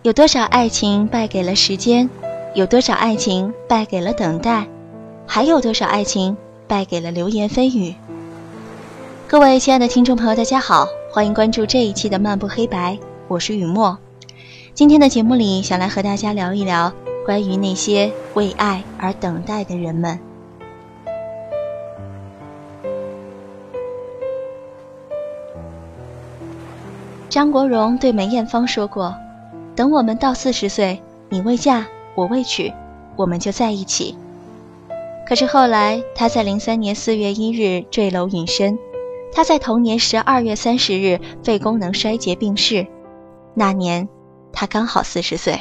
有多少爱情败给了时间，有多少爱情败给了等待，还有多少爱情败给了流言蜚语。各位亲爱的听众朋友大家好，欢迎关注这一期的漫步黑白，我是雨墨。今天的节目里想来和大家聊一聊关于那些为爱而等待的人们。张国荣对梅艳芳说过，等我们到40岁，你未嫁我未娶，我们就在一起。可是后来他在03年4月1日坠楼殒身，他在同年12月30日肺功能衰竭病逝，那年他刚好40岁。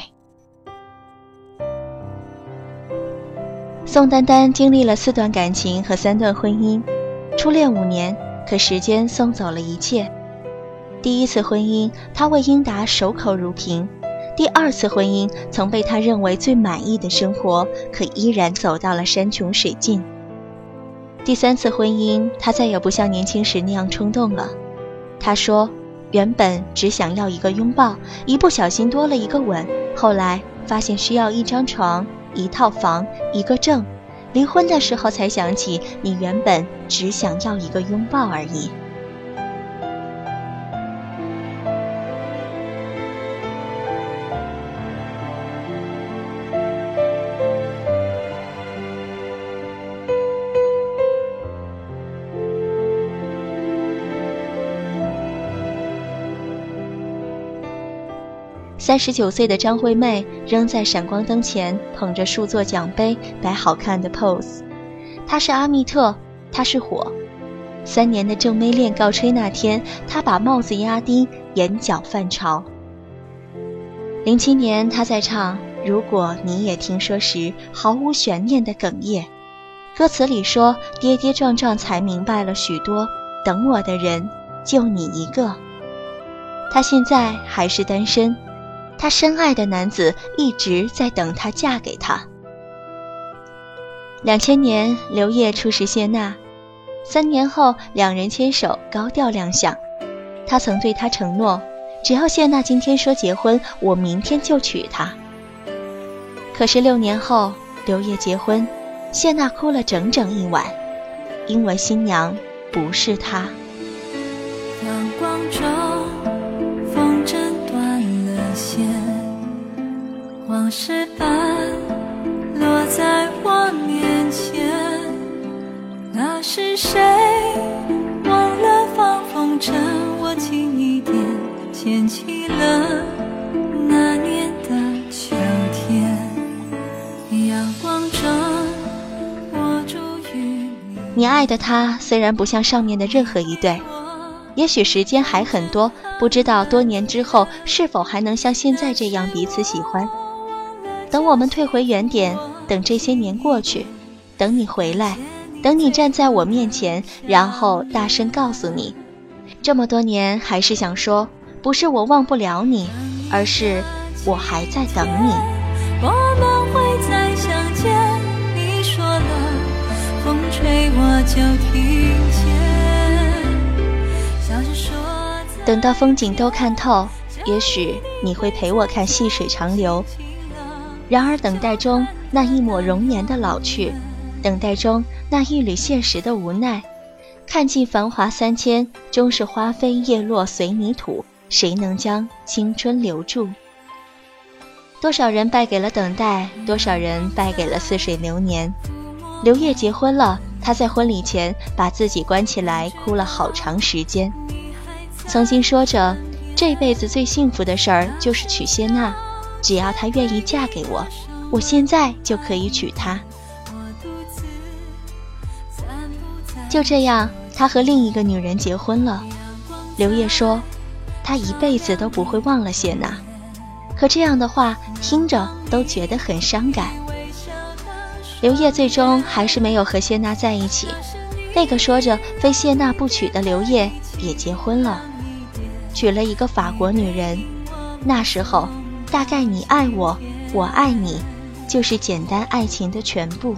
宋丹丹经历了4段感情和3段婚姻，初恋5年，可时间送走了一切。第一次婚姻，他为英达守口如瓶；第二次婚姻，曾被他认为最满意的生活，可依然走到了山穷水尽。第3次婚姻，他再也不像年轻时那样冲动了。他说，原本只想要一个拥抱，一不小心多了一个吻，后来发现需要1张床、1套房、1个证，离婚的时候才想起，你原本只想要一个拥抱而已。39岁的张惠妹仍在闪光灯前捧着数座奖杯摆好看的 pose。 她是阿密特，她是火。3年的正妹恋告吹那天，她把帽子压低，眼角泛潮。07年她在唱如果你也听说时毫无悬念的哽咽，歌词里说跌跌撞撞才明白了许多，等我的人就你一个。她现在还是单身，她深爱的男子一直在等她嫁给他。2000年刘烨初识谢娜，3年后两人牵手高调亮相。他曾对她承诺，只要谢娜今天说结婚，我明天就娶她。可是6年后刘烨结婚，谢娜哭了整整1晚，因为新娘不是她。 阳光中风筝断了线，往事般落在我面前。那是谁忘了放风筝，我轻一点牵起了那年的秋天。阳光中握住与你爱的他虽然不像上面的任何一对，也许时间还很多，不知道多年之后是否还能像现在这样彼此喜欢。等我们退回原点，等这些年过去，等你回来，等你站在我面前，然后大声告诉你，这么多年还是想说，不是我忘不了你，而是我还在等你。 我们会再相见，你说了，风吹我就听见。 等到风景都看透，也许你会陪我看细水长流。然而等待中那一抹容颜的老去，等待中那一缕现实的无奈，看尽繁华3000，终是花飞叶落随泥土，谁能将青春留住？多少人败给了等待，多少人败给了似水流年。刘烨结婚了，他在婚礼前把自己关起来哭了好长时间。曾经说着，这辈子最幸福的事儿就是娶谢娜，只要她愿意嫁给我，我现在就可以娶她。就这样，他和另一个女人结婚了。刘烨说，他一辈子都不会忘了谢娜。可这样的话听着都觉得很伤感。刘烨最终还是没有和谢娜在一起，那个说着非谢娜不娶的刘烨也结婚了，娶了一个法国女人。那时候大概你爱我，我爱你，就是简单爱情的全部。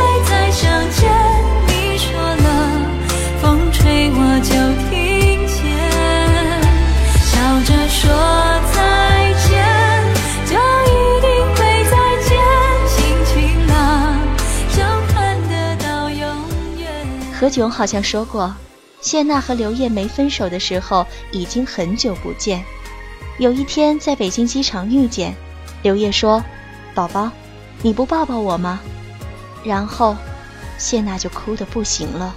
相见，你说了，风吹我就听见。 刘炯好像说过，谢娜和刘烨没分手的时候已经很久不见。有一天在北京机场遇见，刘烨说：“宝宝，你不抱抱我吗？”然后谢娜就哭得不行了。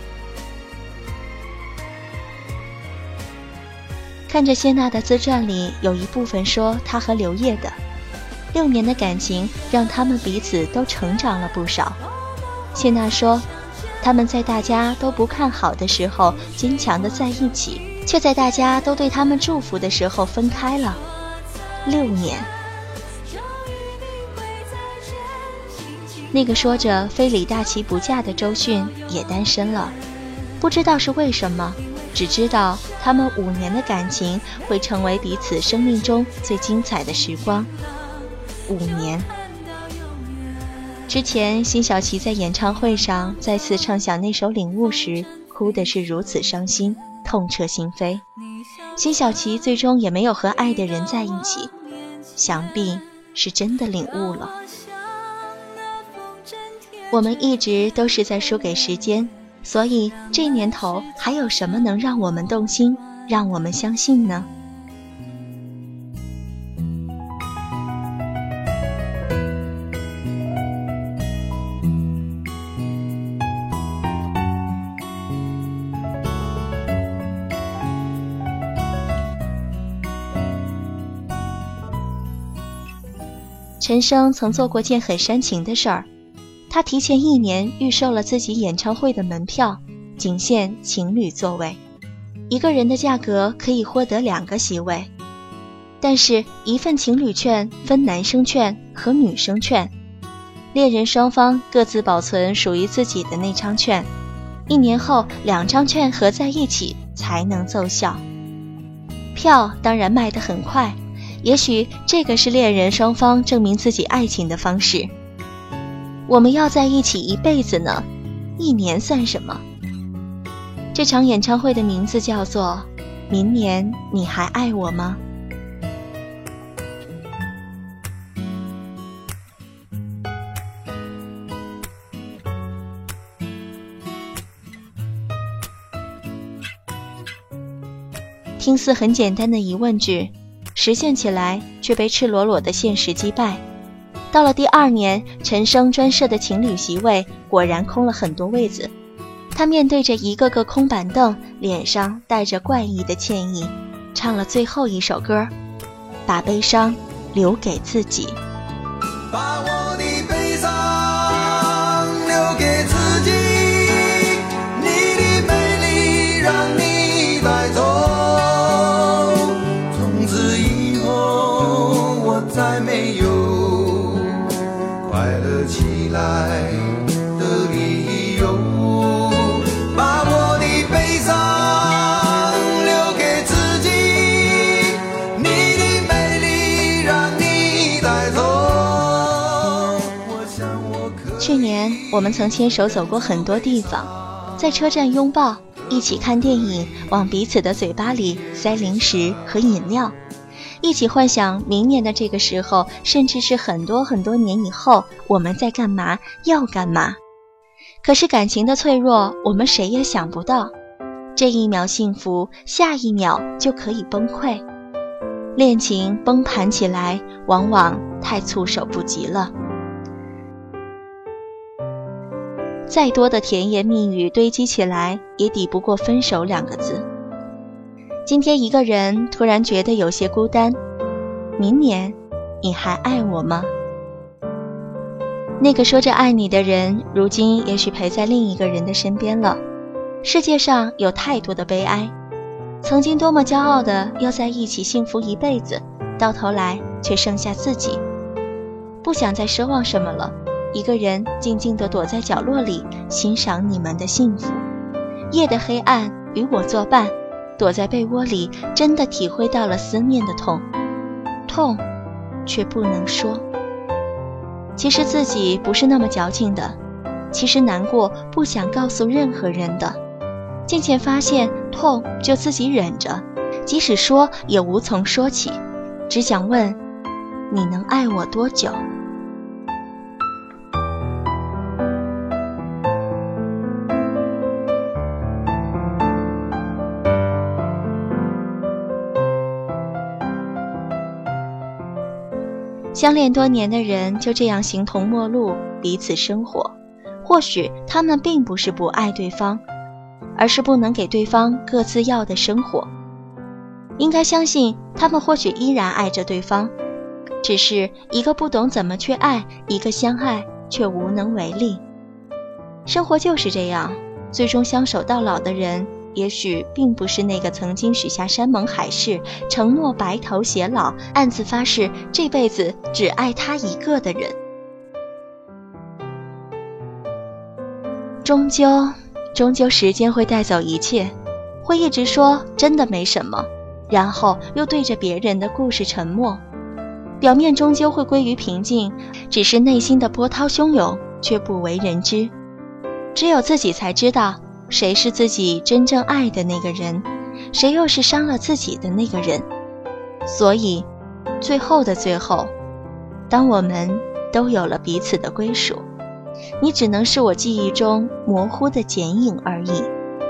看着谢娜的自传里有一部分说她和刘烨的6年的感情让他们彼此都成长了不少。谢娜说，他们在大家都不看好的时候坚强地在一起，却在大家都对他们祝福的时候分开了。6年。那个说着非李大齐不嫁的周迅也单身了，不知道是为什么，只知道他们5年的感情会成为彼此生命中最精彩的时光。5年。之前辛晓琪在演唱会上再次唱响那首《领悟》时，哭的是如此伤心，痛彻心扉。辛晓琪最终也没有和爱的人在一起，想必是真的领悟了。我们一直都是在输给时间，所以这年头还有什么能让我们动心，让我们相信呢？陈升曾做过件很煽情的事儿，他提前1年预售了自己演唱会的门票，仅限情侣座位，1个人的价格可以获得2个席位，但是1份情侣券分男生券和女生券，恋人双方各自保存属于自己的那张券，1年后2张券合在一起才能奏效。票当然卖得很快，也许这个是恋人双方证明自己爱情的方式。我们要在一起一辈子呢，1年算什么？这场演唱会的名字叫做《明年你还爱我吗》。听似很简单的疑问句，实现起来却被赤裸裸的现实击败。到了第2年，陈升专设的情侣席位果然空了很多位子，他面对着一个个空板凳，脸上带着怪异的歉意，唱了最后一首歌，把悲伤留给自己。 把我的悲伤留给自己，你的美丽让你带走，从此以后我再没有快乐起来的理由，把我的悲伤留给自己，你的美丽让你带走。 去年我们曾牵手走过很多地方，在车站拥抱，一起看电影，往彼此的嘴巴里塞零食和饮料，一起幻想明年的这个时候，甚至是很多很多年以后，我们在干嘛，要干嘛。可是感情的脆弱，我们谁也想不到，这一秒幸福，下一秒就可以崩溃。恋情崩盘起来，往往太措手不及了。再多的甜言蜜语堆积起来，也抵不过分手2个字。今天一个人突然觉得有些孤单，明年你还爱我吗？那个说着爱你的人，如今也许陪在另一个人的身边了。世界上有太多的悲哀，曾经多么骄傲的要在一起幸福一辈子，到头来却剩下自己。不想再奢望什么了，一个人静静地躲在角落里，欣赏你们的幸福。夜的黑暗与我作伴，躲在被窝里，真的体会到了思念的痛，痛却不能说。其实自己不是那么矫情的，其实难过不想告诉任何人的，渐渐发现痛就自己忍着，即使说也无从说起，只想问你能爱我多久。 相恋多年的人就这样形同陌路，彼此生活。或许他们并不是不爱对方，而是不能给对方各自要的生活。应该相信他们或许依然爱着对方，只是一个不懂怎么去爱，一个相爱却无能为力。生活就是这样，最终相守到老的人，也许并不是那个曾经许下山盟海誓，承诺白头偕老，暗自发誓这辈子只爱他一个的人。终究时间会带走一切，会一直说真的没什么，然后又对着别人的故事沉默。表面终究会归于平静，只是内心的波涛汹涌却不为人知。只有自己才知道，谁是自己真正爱的那个人，谁又是伤了自己的那个人。所以最后的最后，当我们都有了彼此的归属，你只能是我记忆中模糊的剪影而已。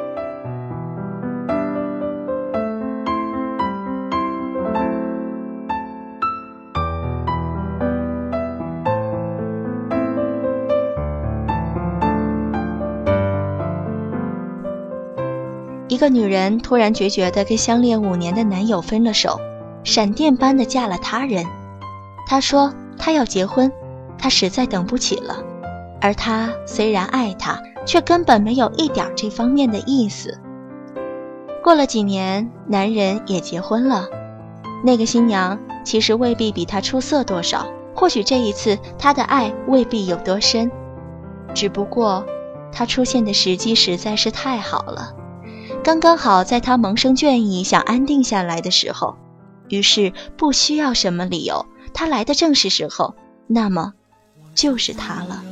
一个女人突然决绝地跟相恋5年的男友分了手，闪电般地嫁了他人。她说她要结婚，她实在等不起了。而他虽然爱她，却根本没有一点这方面的意思。过了几年，男人也结婚了。那个新娘其实未必比他出色多少，或许这一次他的爱未必有多深，只不过他出现的时机实在是太好了，刚刚好在他萌生倦意想安定下来的时候，于是不需要什么理由，他来的正是时候，那么就是他了。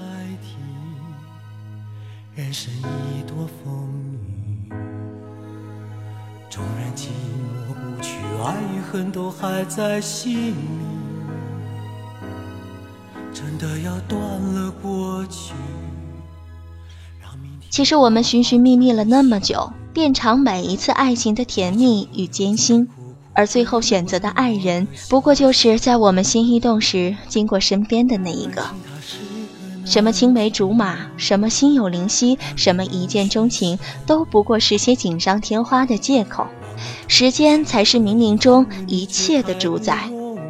人生一朵风雨，纵然寂寞不去，爱与恨都还在心里，真的要断了过去。 其实我们寻寻觅觅了那么久，遍尝每一次爱情的甜蜜与艰辛，而最后选择的爱人，不过就是在我们心一动时经过身边的那一个。什么青梅竹马，什么心有灵犀，什么一见钟情，都不过是些锦上添花的借口。时间才是冥冥中一切的主宰。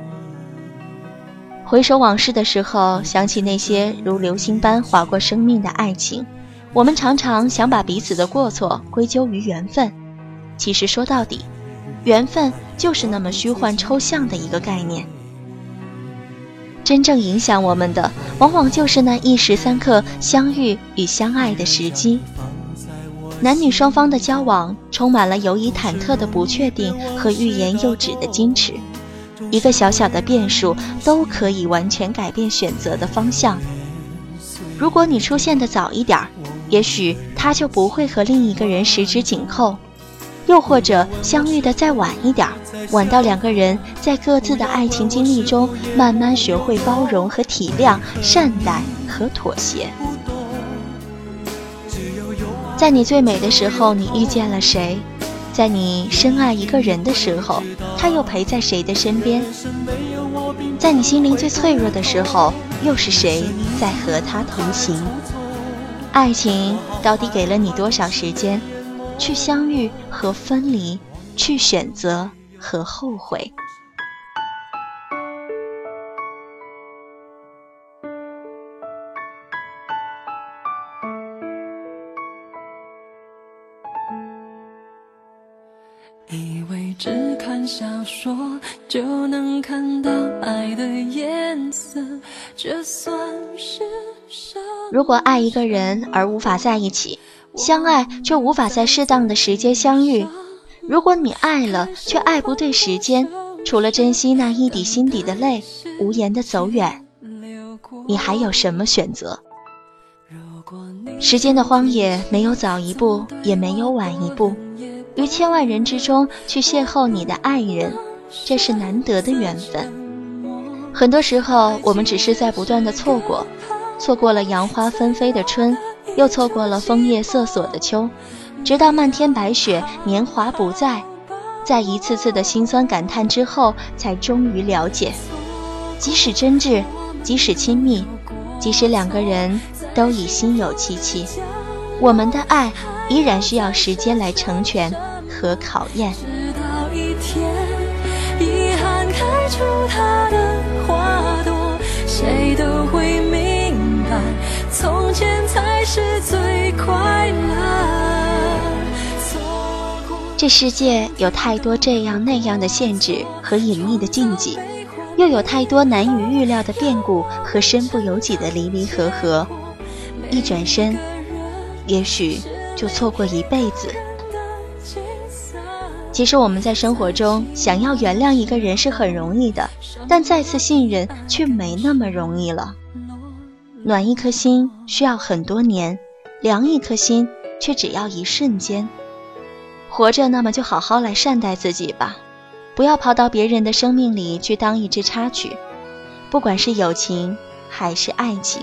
回首往事的时候，想起那些如流星般划过生命的爱情，我们常常想把彼此的过错归咎于缘分。其实说到底，缘分就是那么虚幻抽象的一个概念。真正影响我们的，往往就是那一时三刻相遇与相爱的时机。男女双方的交往充满了犹疑忐忑的不确定和欲言又止的矜持，一个小小的变数都可以完全改变选择的方向。如果你出现的早一点，也许他就不会和另一个人十指紧扣，又或者相遇的再晚一点，晚到两个人在各自的爱情经历中慢慢学会包容和体谅，善待和妥协。在你最美的时候，你遇见了谁？在你深爱一个人的时候，他又陪在谁的身边？在你心灵最脆弱的时候，又是谁在和他同行？爱情到底给了你多少时间去相遇和分离，去选择和后悔？ 以为只看小说就能看到爱的颜色，这算是什么？ 如果爱一个人而无法在一起，相爱却无法在适当的时间相遇，如果你爱了却爱不对时间，除了珍惜那一滴心底的泪，无言的走远，你还有什么选择？时间的荒野没有早一步，也没有晚一步，于千万人之中去邂逅你的爱人，这是难得的缘分。很多时候我们只是在不断的错过了杨花纷飞的春，又错过了枫叶瑟索的秋，直到漫天白雪，年华不在，在一次次的辛酸感叹之后，才终于了解， 即使真挚，即使亲密，即使两个人都已心有戚戚，我们的爱依然需要时间来成全和考验。 直到一天，遗憾开出它的花朵，谁都会明白，从前才是最快乐。 这世界有太多这样那样的限制和隐秘的禁忌，又有太多难以预料的变故和身不由己的离离合合，一转身也许就错过一辈子。其实我们在生活中想要原谅一个人是很容易的，但再次信任却没那么容易了。暖一颗心需要很多年，凉一颗心却只要一瞬间。活着，那么就好好来善待自己吧，不要跑到别人的生命里去当一支插曲，不管是友情还是爱情。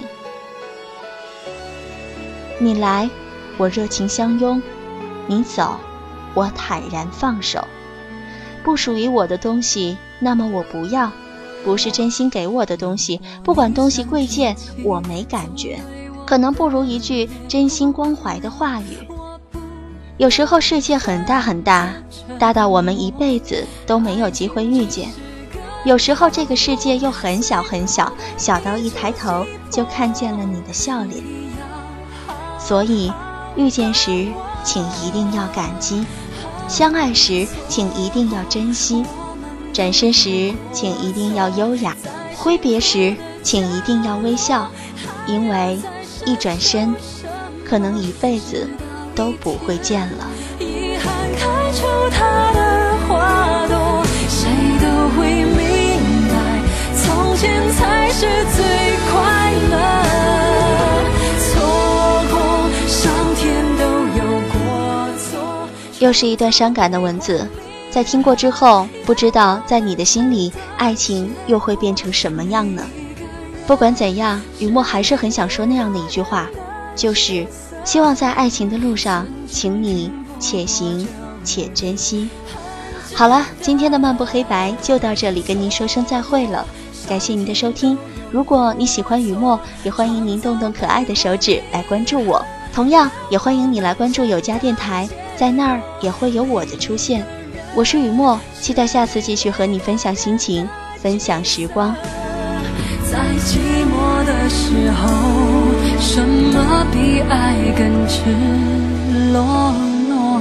你来，我热情相拥；你走，我坦然放手。不属于我的东西，那么我不要；不是真心给我的东西，不管东西贵贱，我没感觉，可能不如一句真心关怀的话语。有时候世界很大很大，大到我们一辈子都没有机会遇见；有时候这个世界又很小很小，小到一抬头就看见了你的笑脸。所以遇见时请一定要感激，相爱时请一定要珍惜，转身时请一定要优雅，挥别时请一定要微笑，因为一转身可能一辈子都不会见了。 遗憾开出它的花朵，谁都会明白，从前才是最快乐。错过上天都有过错。 又是一段伤感的文字，在听过之后，不知道在你的心里，爱情又会变成什么样呢？不管怎样，雨墨还是很想说那样的一句话，就是希望在爱情的路上，请你且行且珍惜。好了，今天的漫步黑白就到这里，跟您说声再会了。感谢您的收听，如果你喜欢雨墨，也欢迎您动动可爱的手指来关注我，同样也欢迎你来关注有家电台，在那儿也会有我的出现。我是雨墨，期待下次继续和你分享心情，分享时光。 在寂寞的时候，什么比爱更赤裸裸？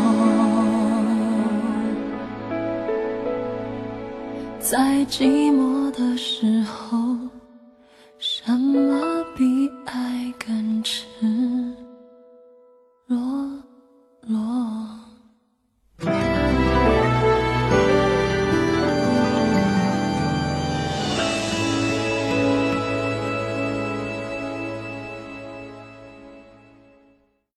在寂寞的时候，什么